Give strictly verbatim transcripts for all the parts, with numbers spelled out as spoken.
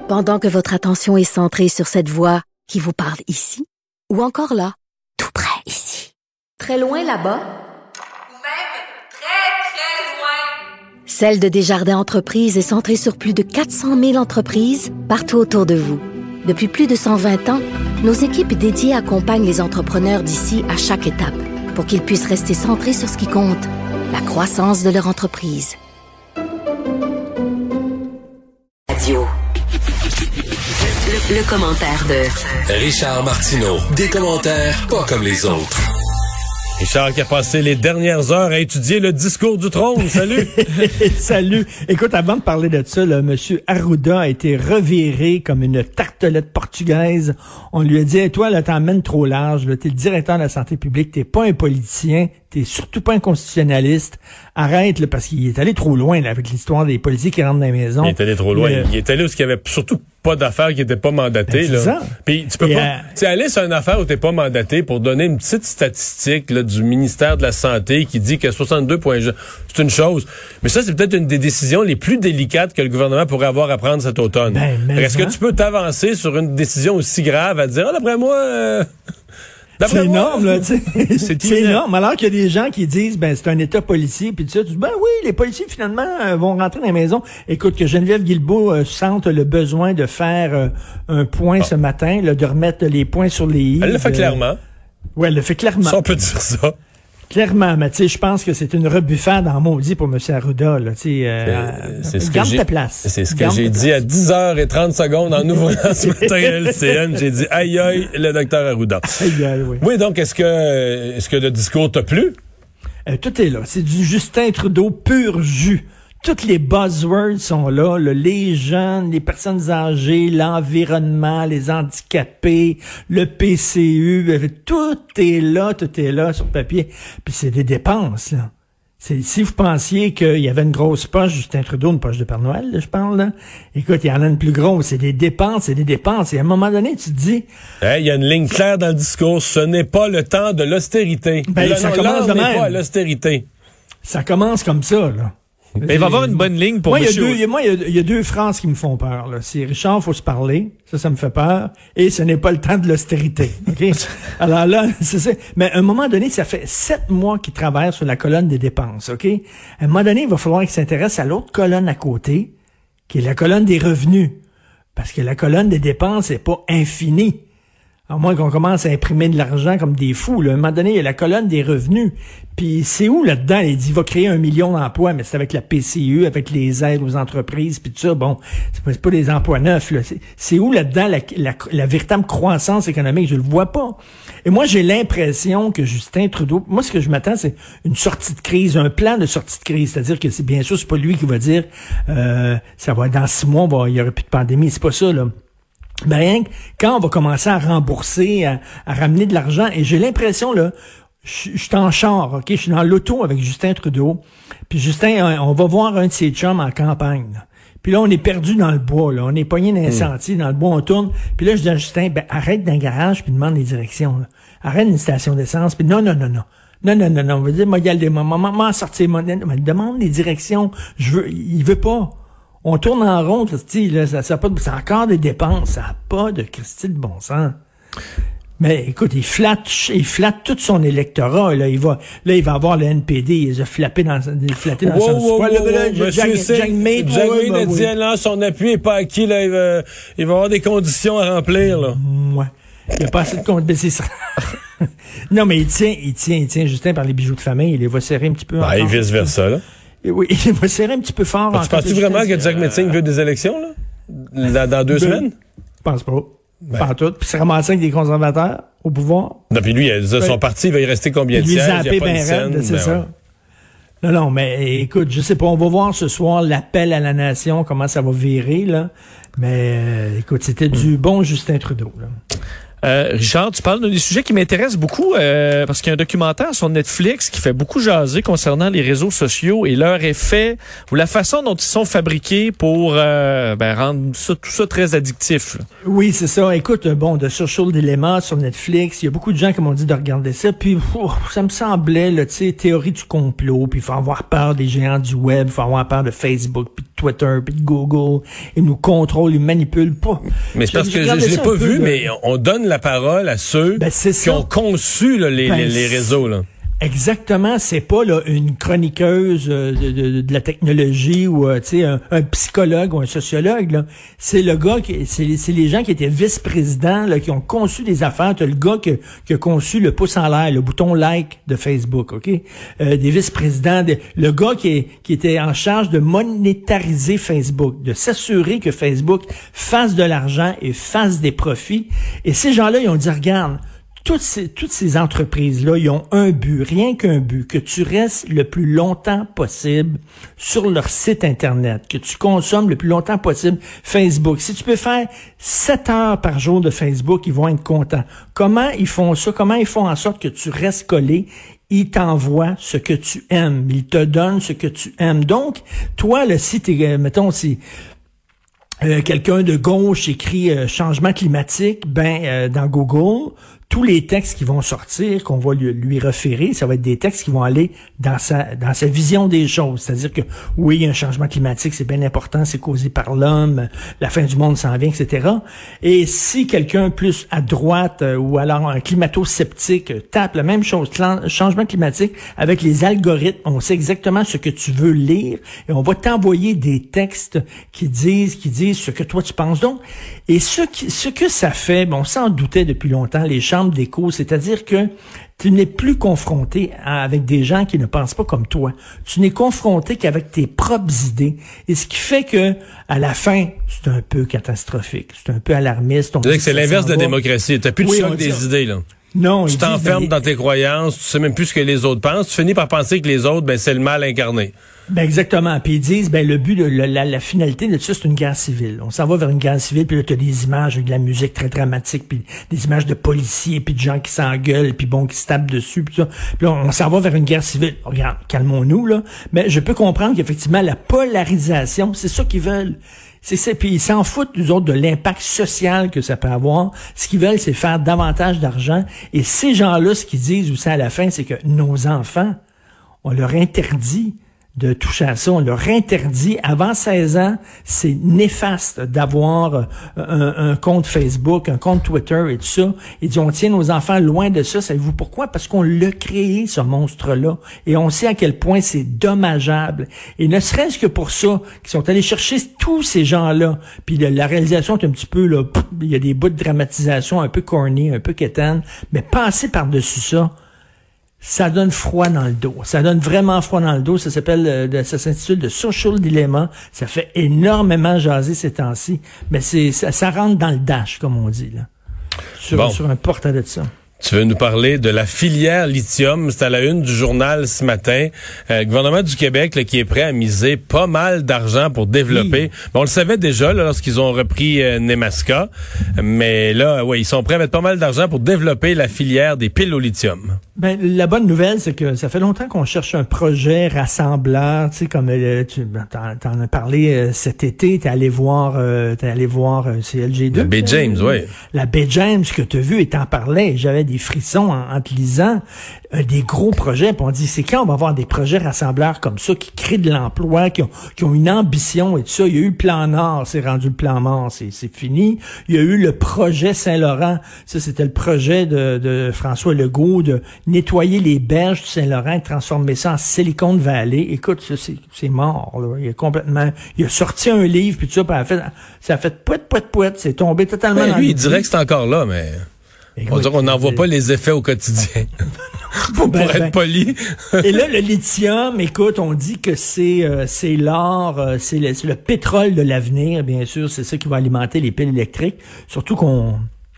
Pendant que votre attention est centrée sur cette voix qui vous parle ici, ou encore là, tout près ici, très loin là-bas, ou même très, très loin, Celle de Desjardins Entreprises est centrée sur plus de quatre cent mille entreprises partout autour de vous. Depuis plus de cent vingt ans, nos équipes dédiées accompagnent les entrepreneurs d'ici à chaque étape pour qu'ils puissent rester centrés sur ce qui compte, la croissance de leur entreprise. Radio. Le, le commentaire de Richard Martineau. Des commentaires pas comme les autres. Richard qui a passé les dernières heures à étudier le discours du trône. Salut! Salut! Écoute, avant de parler de ça, là, M. Arruda a été reviré comme une tartelette portugaise. On lui a dit, hey, toi, là, t'emmènes trop large, là, t'es le directeur de la santé publique, t'es pas un politicien, t'es surtout pas un constitutionnaliste. Arrête, là, parce qu'il est allé trop loin, là, avec l'histoire des policiers qui rentrent dans les maisons. Il est allé trop loin. Euh, Il est allé où il y avait surtout pas d'affaires qui n'étaient pas mandatées. Ben, c'est là. ça. Puis tu peux Et pas. euh, Tu sais, aller sur une affaire où t'es pas mandaté pour donner une petite statistique là, du ministère de la Santé qui dit que soixante-deux points. C'est une chose. Mais ça, c'est peut-être une des décisions les plus délicates que le gouvernement pourrait avoir à prendre cet automne. Ben, mais Est-ce hein? que tu peux t'avancer sur une décision aussi grave à dire, ah, d'après moi. Euh... D'après C'est moi, énorme, là, tu sais. C'est C'est énorme. énorme. Alors qu'il y a des gens qui disent, ben, c'est un État policier, puis tu sais, tu dis, ben oui, les policiers, finalement, euh, vont rentrer dans la maison. Écoute, que Geneviève Guilbeault euh, sente le besoin de faire euh, un point Ah. ce matin, là, de remettre les points sur les i. Elle le fait de- clairement. Ouais, elle le fait clairement. Ça, on peut dire ça. Clairement, mais tu sais, je pense que c'est une rebuffade en maudit pour M. Arruda, là, tu sais. Euh, C'est ce que garde j'ai- ta place. C'est ce que Garde j'ai ta dit place. à dix heures trente secondes en ouvrant ce matin à L C N. J'ai dit, aïe, aïe, le docteur Arruda. Aïe, aïe, oui. Oui, donc, est-ce que, est-ce que le discours t'a plu? Euh, tout est là. C'est du Justin Trudeau pur jus. Toutes les buzzwords sont là, là. Les jeunes, les personnes âgées, l'environnement, les handicapés, le P C U, euh, tout est là, tout est là sur papier. Puis c'est des dépenses, là. C'est, si vous pensiez qu'il y avait une grosse poche, Justin Trudeau, une poche de Père Noël, là, je parle, là. Écoute, il y en a une plus grosse. C'est des dépenses, c'est des dépenses. Et à un moment donné, tu te dis, Hein, il y a une ligne claire dans le discours. Ce n'est pas le temps de l'austérité. Ben, Là, ça non, commence l'heure de n'est même. pas à l'austérité. ça commence comme ça, là. Mais il va y avoir une bonne ligne pour moi, il y a monsieur... deux, il y a- moi, il y a, il y a deux phrases qui me font peur, là. C'est Richard, faut se parler. Ça, ça me fait peur. Et ce n'est pas le temps de l'austérité. OK? Alors là, c'est ça. Mais à un moment donné, ça fait sept mois qu'il travaille sur la colonne des dépenses. OK? À un moment donné, il va falloir qu'il s'intéresse à l'autre colonne à côté, qui est la colonne des revenus. Parce que la colonne des dépenses n'est pas infinie. À moins qu'on commence à imprimer de l'argent comme des fous. Là. À un moment donné, il y a la colonne des revenus. Puis c'est où là-dedans? Il dit, il va créer un million d'emplois, mais c'est avec la P C U, avec les aides aux entreprises, puis tout ça. Bon, c'est pas, c'est pas des emplois neufs. Là. C'est, c'est où là-dedans la, la, la véritable croissance économique? Je le vois pas. Et moi, j'ai l'impression que Justin Trudeau, moi, ce que je m'attends, c'est une sortie de crise, un plan de sortie de crise. C'est-à-dire que c'est bien sûr, c'est pas lui qui va dire, euh, ça va dans six mois, bon, il y aura plus de pandémie. C'est pas ça, là. Ben rien que quand on va commencer à rembourser, à, à ramener de l'argent, et j'ai l'impression, là, je je suis en char, OK? Je suis dans l'auto avec Justin Trudeau. Puis Justin, on va voir un de ses chums en campagne. Là. Puis là, on est perdu dans le bois, là. On est pogné dans un sentier, dans le bois, on tourne. Puis là, je dis à Justin, ben arrête dans le garage, puis demande les directions. Là. Arrête une station d'essence, puis non, non, non, non. Non, non, non, non. On va dire, moi, il y a des moments, maman, sortir mon... Demande les directions. Je veux... Il veut pas. On tourne en rond, Christy, là, ça, ça a pas de, c'est encore des dépenses, ça n'a pas de Christy de bon sens. Mais écoute, il flatte, il flatte tout son électorat, là, il va, là, il va avoir le N P D, il les a flappé dans, flatté dans Wow, son wow, squat. wow, Là, là, wow. Jack- Monsieur Singh, Jack Mead, Jack ouais, Mead ben a dit, oui. ah non, son appui n'est pas acquis, là, il va, il va avoir des conditions à remplir, là. Ouais. Il n'y a pas assez de compte. Ben, c'est ça. Non, mais il tient, il tient, il tient Justin par les bijoux de famille, il les va serrer un petit peu. Ben, et encore. vice-versa, là. Et oui, il va serrer un petit peu fort. Tu encore, penses-tu Justin, vraiment que c'est- Jack Metzing veut des élections, là? Dans, dans deux Ben, semaines? Je pense pas. Ben. Pas en tout. Puis c'est ramassé avec des conservateurs au pouvoir. Non, puis lui, il a dit, son Ben, parti, il va y rester combien de Il lui sièges? Il zappé y a pas ben une scène. raide, c'est Ben ça. ouais. Non, non, mais écoute, je sais pas, on va voir ce soir l'appel à la nation, comment ça va virer, là. Mais euh, écoute, c'était du bon Justin Trudeau, là. Euh, Richard, tu parles d'un des sujets qui m'intéresse beaucoup euh, parce qu'il y a un documentaire sur Netflix qui fait beaucoup jaser concernant les réseaux sociaux et leur effet ou la façon dont ils sont fabriqués pour euh, ben, rendre ça, tout ça très addictif. Là. Oui, c'est ça. Écoute, bon, de Social Dilemma sur Netflix, il y a beaucoup de gens qui m'ont dit de regarder ça, puis oh, ça me semblait, là, tu sais, théorie du complot, puis il faut avoir peur des géants du web, il faut avoir peur de Facebook, puis de Twitter, puis de Google, ils nous contrôlent, ils manipulent pas. Mais c'est parce que je, je l'ai pas vu, de... mais on donne la parole à ceux ben, qui ça. ont conçu là, les, ben, les, les réseaux, là. Exactement, c'est pas là une chroniqueuse de, de, de la technologie ou tu sais un, un psychologue ou un sociologue là. C'est le gars qui c'est, c'est les gens qui étaient vice-présidents là qui ont conçu des affaires. T'as le gars qui, qui a conçu le pouce en l'air, le bouton like de Facebook, ok. Euh, des vice-présidents, des, le gars qui est, qui était en charge de monétariser Facebook, de s'assurer que Facebook fasse de l'argent et fasse des profits. Et ces gens-là, ils ont dit regarde. Toutes ces, toutes ces entreprises-là, ils ont un but, rien qu'un but, que tu restes le plus longtemps possible sur leur site Internet, que tu consommes le plus longtemps possible Facebook. Si tu peux faire sept heures par jour de Facebook, ils vont être contents. Comment ils font ça? Comment ils font en sorte que tu restes collé? Ils t'envoient ce que tu aimes. Ils te donnent ce que tu aimes. Donc, toi, là, si t'es, mettons, si... Euh, quelqu'un de gauche écrit euh, changement climatique, ben euh, dans Google, tous les textes qui vont sortir, qu'on va lui, lui référer, ça va être des textes qui vont aller dans sa dans sa vision des choses. C'est-à-dire que oui, il y a un changement climatique, c'est bien important, c'est causé par l'homme, la fin du monde s'en vient, et cetera. Et si quelqu'un plus à droite euh, ou alors un climato-sceptique euh, tape la même chose, changement climatique, avec les algorithmes, on sait exactement ce que tu veux lire et on va t'envoyer des textes qui disent qui disent ce que toi tu penses donc. Et ce qui, ce que ça fait, bon, on s'en doutait depuis longtemps, les chambres d'écho, c'est-à-dire que tu n'es plus confronté à, avec des gens qui ne pensent pas comme toi. Tu n'es confronté qu'avec tes propres idées. Et ce qui fait que, à la fin, c'est un peu catastrophique. C'est un peu alarmiste. C'est-à-dire que c'est l'inverse de la démocratie. T'as plus de oui, choc des dit... idées, là. Non, tu t'enfermes ben, dans tes croyances, tu sais même plus ce que les autres pensent, tu finis par penser que les autres, ben, c'est le mal incarné. Ben exactement. Puis ils disent, ben le but, de, la, la, la finalité de tout ça, c'est une guerre civile. On s'en va vers une guerre civile, puis là, t'as des images avec de la musique très dramatique, puis des images de policiers, puis de gens qui s'engueulent, puis bon, qui se tapent dessus, puis ça. Puis là, on s'en va vers une guerre civile. Regarde, calmons-nous, là. Mais je peux comprendre qu'effectivement, la polarisation, c'est ça qu'ils veulent. C'est ça, puis ils s'en foutent, nous autres, de l'impact social que ça peut avoir. Ce qu'ils veulent, c'est faire davantage d'argent. Et ces gens-là, ce qu'ils disent aussi à la fin, c'est que nos enfants, on leur interdit de toucher à ça. On leur interdit, avant seize ans, c'est néfaste d'avoir un, un compte Facebook, un compte Twitter et tout ça. Ils disent, on tient nos enfants loin de ça. Savez-vous pourquoi? Parce qu'on l'a créé, ce monstre-là. Et on sait à quel point c'est dommageable. Et ne serait-ce que pour ça, qu'ils sont allés chercher tous ces gens-là. Puis la réalisation est un petit peu, là, il y a des bouts de dramatisation un peu corny, un peu quétaine. Mais passer par-dessus ça, ça donne froid dans le dos. Ça donne vraiment froid dans le dos. Ça s'appelle, euh, ça s'intitule The Social Dilemma. Ça fait énormément jaser ces temps-ci. Mais c'est, ça, ça rentre dans le dash, comme on dit, là. Sur, bon. sur un portrait de ça. Tu veux nous parler de la filière lithium. C'est à la une du journal ce matin. Euh, le gouvernement du Québec là, qui est prêt à miser pas mal d'argent pour développer. Oui. Bon, on le savait déjà là, lorsqu'ils ont repris euh, Nemaska. Mais là, ouais, ils sont prêts à mettre pas mal d'argent pour développer la filière des piles au lithium. Ben, la bonne nouvelle, c'est que ça fait longtemps qu'on cherche un projet rassembleur, tu sais, comme euh, tu ben, t'en, t'en as parlé euh, cet été, t'es allé voir, euh, t'es allé voir euh, c'est L G deux. La Baie James, oui. La Baie James que t'as vu et t'en parlais, j'avais des frissons en, en te lisant euh, des gros projets. Puis on dit, c'est quand on va avoir des projets rassembleurs comme ça qui créent de l'emploi, qui ont, qui ont une ambition et tout ça. Il y a eu le plan Nord, c'est rendu le plan Mort, c'est, c'est fini. Il y a eu le projet Saint-Laurent, ça c'était le projet de, de François Legault de nettoyer les berges du Saint-Laurent et transformer ça en Silicon Valley. Écoute, ça, c'est, c'est mort, là. Il a complètement, il a sorti un livre, puis tout ça, puis ça a fait, ça a fait pouet, pouet, pouet, c'est tombé totalement ben, dans lui, le il dirait que c'est encore là, mais... Écoute, on dirait qu'on n'en voit pas les effets au quotidien. pour ben, être ben. poli. Et là, le lithium, écoute, on dit que c'est euh, c'est l'or, euh, c'est, le, c'est le pétrole de l'avenir, bien sûr. C'est ça qui va alimenter les piles électriques. Surtout qu'on...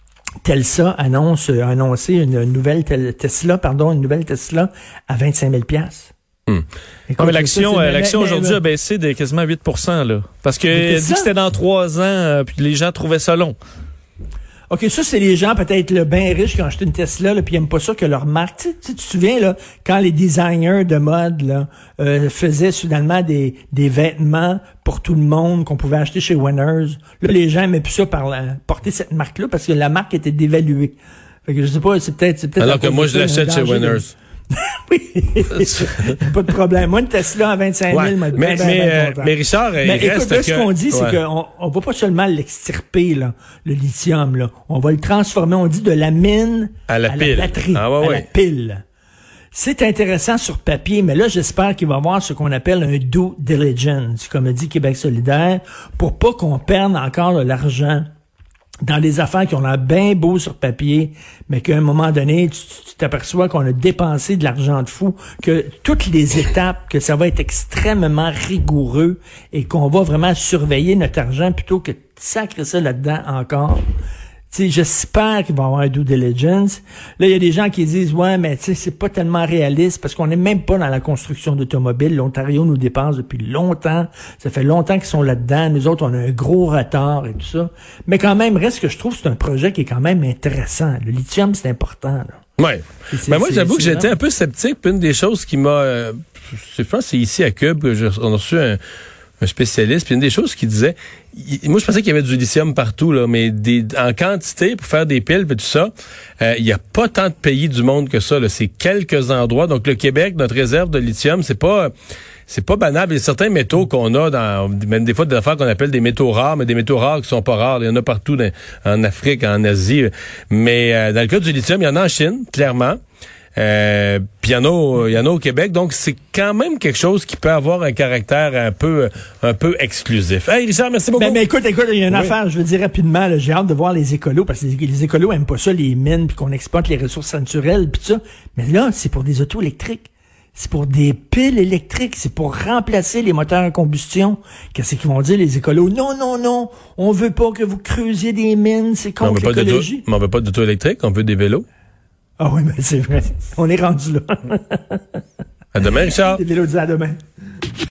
Telsa annonce, a annoncé une nouvelle Tesla, pardon, une nouvelle Tesla à vingt-cinq mille dollars. Hum. Écoute, mais l'action, ça, l'action mais, aujourd'hui mais, a baissé de quasiment huit pour cent, là. Parce que elle dit que c'était dans trois ans, euh, puis les gens trouvaient ça long. OK, ça, c'est les gens peut-être le bien riches qui ont acheté une Tesla, là, puis ils n'aiment pas ça que leur marque. Tu sais, tu te souviens, là, quand les designers de mode là, euh, faisaient soudainement des, des vêtements pour tout le monde qu'on pouvait acheter chez Winners, là, les gens n'aimaient plus ça par la, porter cette marque-là parce que la marque était dévaluée. Fait que je sais pas, c'est peut-être... C'est peut-être alors que moi, je l'achète chez Winners. De... Oui, pas de problème. Moi, une Tesla à vingt-cinq mille, ouais, ben, mais, ben, mais, ben, euh, mais Richard, mais il écoute, reste là, que... ce qu'on dit, c'est ouais. qu'on on va pas seulement l'extirper, là, le lithium, là. On va le transformer, on dit de la mine à la, à pile. la batterie, ah, ouais, à ouais. la pile. C'est intéressant sur papier, mais là, j'espère qu'il va y avoir ce qu'on appelle un due diligence, comme a dit Québec solidaire, pour pas qu'on perde encore de l'argent dans des affaires qui ont l'air bien beau sur papier, mais qu'à un moment donné, tu, tu t'aperçois qu'on a dépensé de l'argent de fou, que toutes les étapes, que ça va être extrêmement rigoureux et qu'on va vraiment surveiller notre argent plutôt que de sacrer ça là-dedans encore. Tu sais, j'espère qu'il va y avoir un due diligence. Là, il y a des gens qui disent, ouais, mais tu sais, c'est pas tellement réaliste parce qu'on n'est même pas dans la construction d'automobiles. L'Ontario nous dépense depuis longtemps. Ça fait longtemps qu'ils sont là-dedans. Nous autres, on a un gros retard et tout ça. Mais quand même, reste que je trouve que c'est un projet qui est quand même intéressant. Le lithium, c'est important, là. Ouais. Ben moi, j'avoue que j'étais un peu sceptique. Puis une des choses qui m'a, euh, je pense que c'est ici à Cube que j'ai, on a reçu un, un spécialiste, puis une des choses qu'il disait, il, moi je pensais qu'il y avait du lithium partout, là, mais des, en quantité pour faire des piles et tout ça, euh, il y a pas tant de pays du monde que ça, là. C'est quelques endroits. Donc le Québec, notre réserve de lithium, c'est pas c'est pas banal. Il y a certains métaux qu'on a dans, même des fois des affaires qu'on appelle des métaux rares, mais des métaux rares qui sont pas rares. Il y en a partout dans, en Afrique, en Asie. Mais euh, dans le cas du lithium, il y en a en Chine, clairement. Euh, puis il y en a, il y en a au Québec, donc c'est quand même quelque chose qui peut avoir un caractère un peu, un peu exclusif. Hey Richard, merci beaucoup. Mais, mais écoute, écoute, il y a une oui. affaire, je veux dire rapidement, là, j'ai hâte de voir les écolos, parce que les, les écolos aiment pas ça, les mines, puis qu'on exploite les ressources naturelles, puis tout ça. Mais là, c'est pour des autos électriques. C'est pour des piles électriques. C'est pour remplacer les moteurs à combustion. Qu'est-ce qu'ils vont dire, les écolos? Non, non, non. On veut pas que vous creusiez des mines. C'est contre l'écologie. Mais on veut pas d'auto électrique, on veut des vélos. Ah oui, mais c'est vrai. On est rendu là. À demain, Richard. Des vélos, à demain.